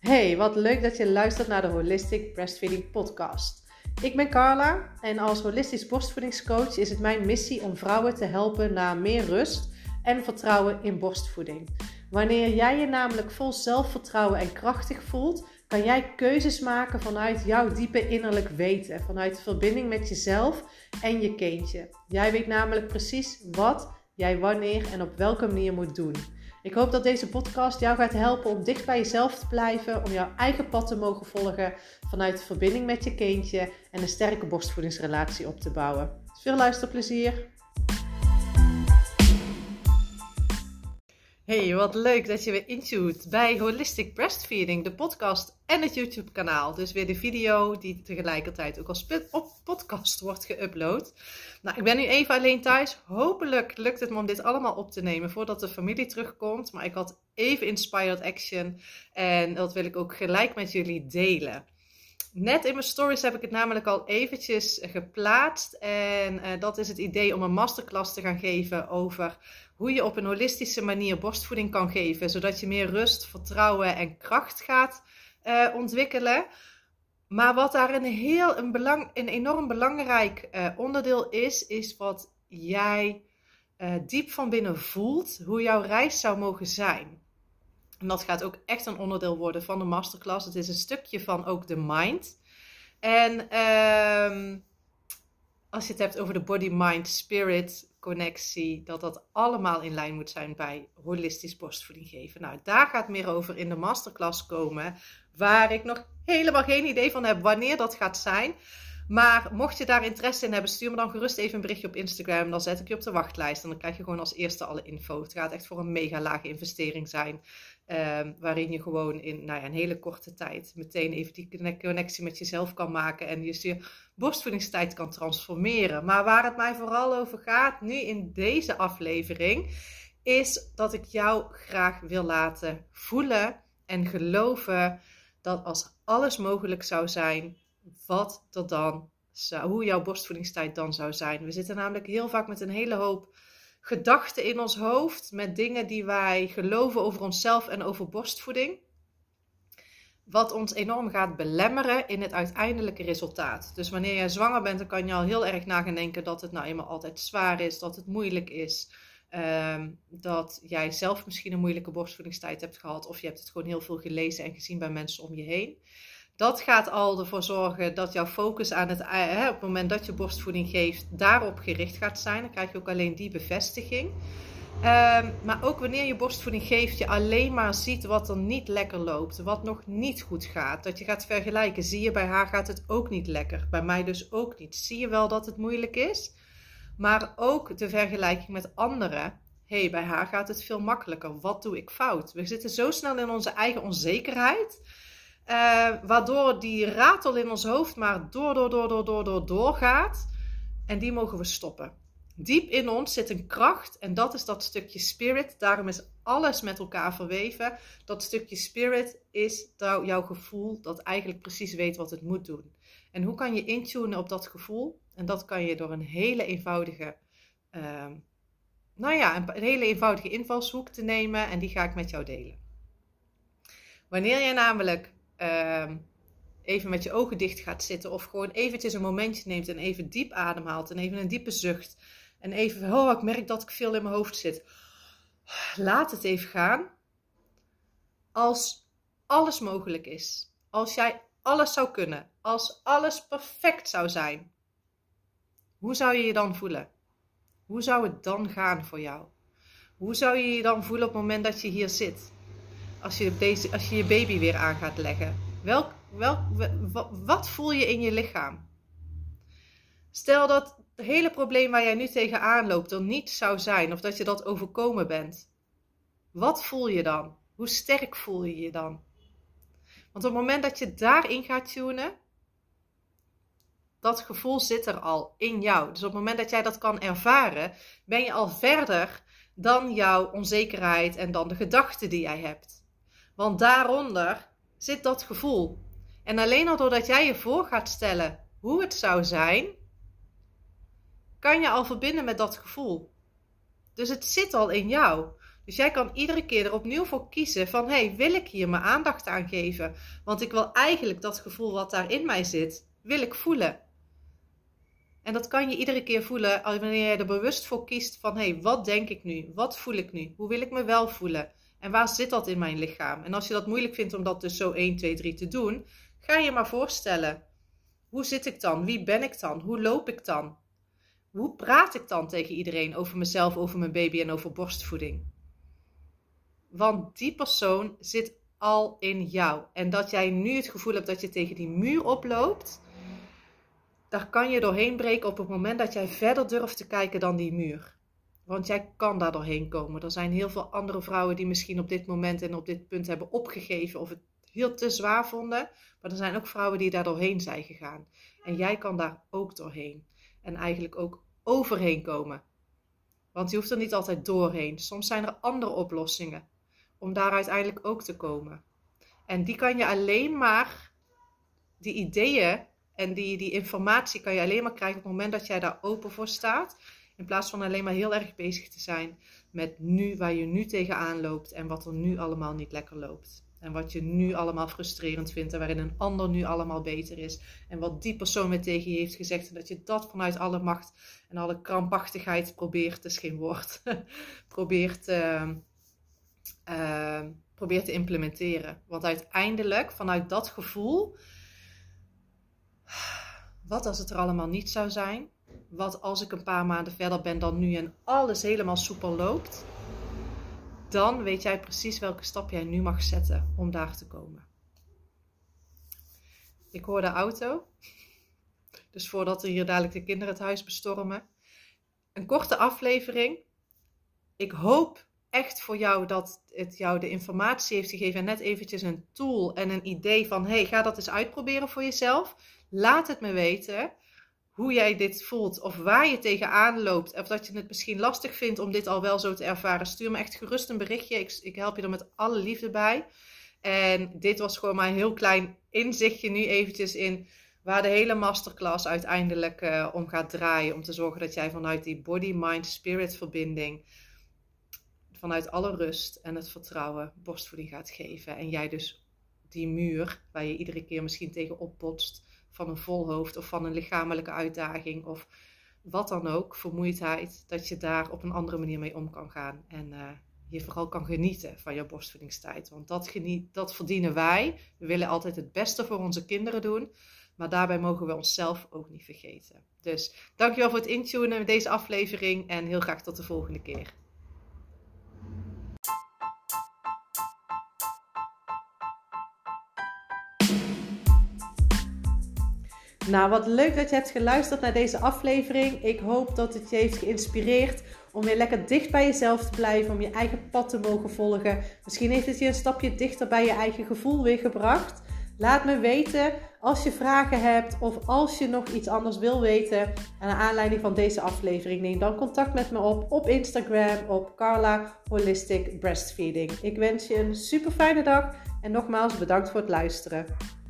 Hey, wat leuk dat je luistert naar de Holistic Breastfeeding Podcast. Ik ben Carla en als holistisch borstvoedingscoach is het mijn missie om vrouwen te helpen naar meer rust en vertrouwen in borstvoeding. Wanneer jij je namelijk vol zelfvertrouwen en krachtig voelt, kan jij keuzes maken vanuit jouw diepe innerlijk weten, vanuit de verbinding met jezelf en je kindje. Jij weet namelijk precies wat jij wanneer en op welke manier moet doen. Ik hoop dat deze podcast jou gaat helpen om dicht bij jezelf te blijven, om jouw eigen pad te mogen volgen vanuit de verbinding met je kindje en een sterke borstvoedingsrelatie op te bouwen. Veel luisterplezier! Hey, wat leuk dat je weer intunt bij Holistic Breastfeeding, de podcast en het YouTube kanaal. Dus weer de video die tegelijkertijd ook als podcast wordt geüpload. Nou, ik ben nu even alleen thuis. Hopelijk lukt het me om dit allemaal op te nemen voordat de familie terugkomt. Maar ik had even inspired action en dat wil ik ook gelijk met jullie delen. Net in mijn stories heb ik het namelijk al eventjes geplaatst. En dat is het idee om een masterclass te gaan geven over hoe je op een holistische manier borstvoeding kan geven. Zodat je meer rust, vertrouwen en kracht gaat ontwikkelen. Maar wat daar een enorm belangrijk onderdeel is wat jij diep van binnen voelt. Hoe jouw reis zou mogen zijn. En dat gaat ook echt een onderdeel worden van de masterclass. Het is een stukje van ook de mind. En als je het hebt over de body-mind-spirit connectie, dat allemaal in lijn moet zijn bij holistisch borstvoeding geven. Nou, daar gaat meer over in de masterclass komen, waar ik nog helemaal geen idee van heb wanneer dat gaat zijn. Maar mocht je daar interesse in hebben, stuur me dan gerust even een berichtje op Instagram. Dan zet ik je op de wachtlijst en dan krijg je gewoon als eerste alle info. Het gaat echt voor een mega lage investering zijn. Waarin je gewoon in een hele korte tijd meteen even die connectie met jezelf kan maken. En dus je borstvoedingstijd kan transformeren. Maar waar het mij vooral over gaat, nu in deze aflevering, is dat ik jou graag wil laten voelen en geloven dat als alles mogelijk zou zijn, hoe jouw borstvoedingstijd dan zou zijn. We zitten namelijk heel vaak met een hele hoop gedachten in ons hoofd, met dingen die wij geloven over onszelf en over borstvoeding, wat ons enorm gaat belemmeren in het uiteindelijke resultaat. Dus wanneer jij zwanger bent, dan kan je al heel erg na gaan denken dat het nou eenmaal altijd zwaar is, dat het moeilijk is, dat jij zelf misschien een moeilijke borstvoedingstijd hebt gehad, of je hebt het gewoon heel veel gelezen en gezien bij mensen om je heen. Dat gaat al ervoor zorgen dat jouw focus aan op het moment dat je borstvoeding geeft, daarop gericht gaat zijn. Dan krijg je ook alleen die bevestiging. Maar ook wanneer je borstvoeding geeft, je alleen maar ziet wat er niet lekker loopt. Wat nog niet goed gaat. Dat je gaat vergelijken. Zie je, bij haar gaat het ook niet lekker. Bij mij dus ook niet. Zie je wel dat het moeilijk is? Maar ook de vergelijking met anderen. Hey, bij haar gaat het veel makkelijker. Wat doe ik fout? We zitten zo snel in onze eigen onzekerheid. Waardoor die ratel in ons hoofd maar doorgaat. En die mogen we stoppen. Diep in ons zit een kracht en dat is dat stukje spirit. Daarom is alles met elkaar verweven. Dat stukje spirit is jouw gevoel dat eigenlijk precies weet wat het moet doen. En hoe kan je intunen op dat gevoel? En dat kan je door een hele eenvoudige, een hele eenvoudige invalshoek te nemen. En die ga ik met jou delen. Wanneer je namelijk even met je ogen dicht gaat zitten of gewoon eventjes een momentje neemt en even diep ademhaalt en even een diepe zucht en even, ik merk dat ik veel in mijn hoofd zit. Laat het even gaan. Als alles mogelijk is, als jij alles zou kunnen, als alles perfect zou zijn, hoe zou je je dan voelen? Hoe zou het dan gaan voor jou? Hoe zou je je dan voelen op het moment dat je hier zit? Als je je baby weer aan gaat leggen. Wat voel je in je lichaam? Stel dat het hele probleem waar jij nu tegenaan loopt er niet zou zijn. Of dat je dat overkomen bent. Wat voel je dan? Hoe sterk voel je je dan? Want op het moment dat je daarin gaat tunen. Dat gevoel zit er al in jou. Dus op het moment dat jij dat kan ervaren. Ben je al verder dan jouw onzekerheid en dan de gedachten die jij hebt. Want daaronder zit dat gevoel. En alleen al doordat jij je voor gaat stellen hoe het zou zijn, kan je al verbinden met dat gevoel. Dus het zit al in jou. Dus jij kan iedere keer er opnieuw voor kiezen van, wil ik hier mijn aandacht aan geven? Want ik wil eigenlijk dat gevoel wat daar in mij zit, wil ik voelen. En dat kan je iedere keer voelen wanneer je er bewust voor kiest van, wat denk ik nu? Wat voel ik nu? Hoe wil ik me wel voelen? En waar zit dat in mijn lichaam? En als je dat moeilijk vindt om dat dus zo 1, 2, 3 te doen, ga je maar voorstellen. Hoe zit ik dan? Wie ben ik dan? Hoe loop ik dan? Hoe praat ik dan tegen iedereen over mezelf, over mijn baby en over borstvoeding? Want die persoon zit al in jou. En dat jij nu het gevoel hebt dat je tegen die muur oploopt, daar kan je doorheen breken op het moment dat jij verder durft te kijken dan die muur. Want jij kan daar doorheen komen. Er zijn heel veel andere vrouwen die misschien op dit moment en op dit punt hebben opgegeven of het heel te zwaar vonden. Maar er zijn ook vrouwen die daar doorheen zijn gegaan. En jij kan daar ook doorheen. En eigenlijk ook overheen komen. Want je hoeft er niet altijd doorheen. Soms zijn er andere oplossingen om daar uiteindelijk ook te komen. En die kan je alleen maar, die ideeën en die informatie kan je alleen maar krijgen op het moment dat jij daar open voor staat. In plaats van alleen maar heel erg bezig te zijn met nu, waar je nu tegenaan loopt en wat er nu allemaal niet lekker loopt. En wat je nu allemaal frustrerend vindt en waarin een ander nu allemaal beter is. En wat die persoon weer tegen je heeft gezegd. En dat je dat vanuit alle macht en alle krampachtigheid probeert, het is geen woord, probeert te implementeren. Want uiteindelijk, vanuit dat gevoel, wat als het er allemaal niet zou zijn? Wat als ik een paar maanden verder ben dan nu en alles helemaal soepel loopt? Dan weet jij precies welke stap jij nu mag zetten om daar te komen. Ik hoor de auto. Dus voordat er hier dadelijk de kinderen het huis bestormen. Een korte aflevering. Ik hoop echt voor jou dat het jou de informatie heeft gegeven. En net eventjes een tool en een idee van, ga dat eens uitproberen voor jezelf. Laat het me weten hoe jij dit voelt of waar je tegenaan loopt. Of dat je het misschien lastig vindt om dit al wel zo te ervaren. Stuur me echt gerust een berichtje. Ik help je er met alle liefde bij. En dit was gewoon maar een heel klein inzichtje nu eventjes in waar de hele masterclass uiteindelijk om gaat draaien. Om te zorgen dat jij vanuit die body-mind-spirit verbinding, vanuit alle rust en het vertrouwen, borstvoeding gaat geven. En jij dus die muur waar je iedere keer misschien tegen opbotst, van een vol hoofd of van een lichamelijke uitdaging of wat dan ook, vermoeidheid, dat je daar op een andere manier mee om kan gaan. En je vooral kan genieten van je borstvoedingstijd. Want dat verdienen wij. We willen altijd het beste voor onze kinderen doen. Maar daarbij mogen we onszelf ook niet vergeten. Dus dankjewel voor het intunen met deze aflevering. En heel graag tot de volgende keer. Nou, wat leuk dat je hebt geluisterd naar deze aflevering. Ik hoop dat het je heeft geïnspireerd om weer lekker dicht bij jezelf te blijven. Om je eigen pad te mogen volgen. Misschien heeft het je een stapje dichter bij je eigen gevoel weer gebracht. Laat me weten als je vragen hebt of als je nog iets anders wil weten. Naar aanleiding van deze aflevering, neem dan contact met me op Instagram op Carla Holistic Breastfeeding. Ik wens je een super fijne dag en nogmaals bedankt voor het luisteren.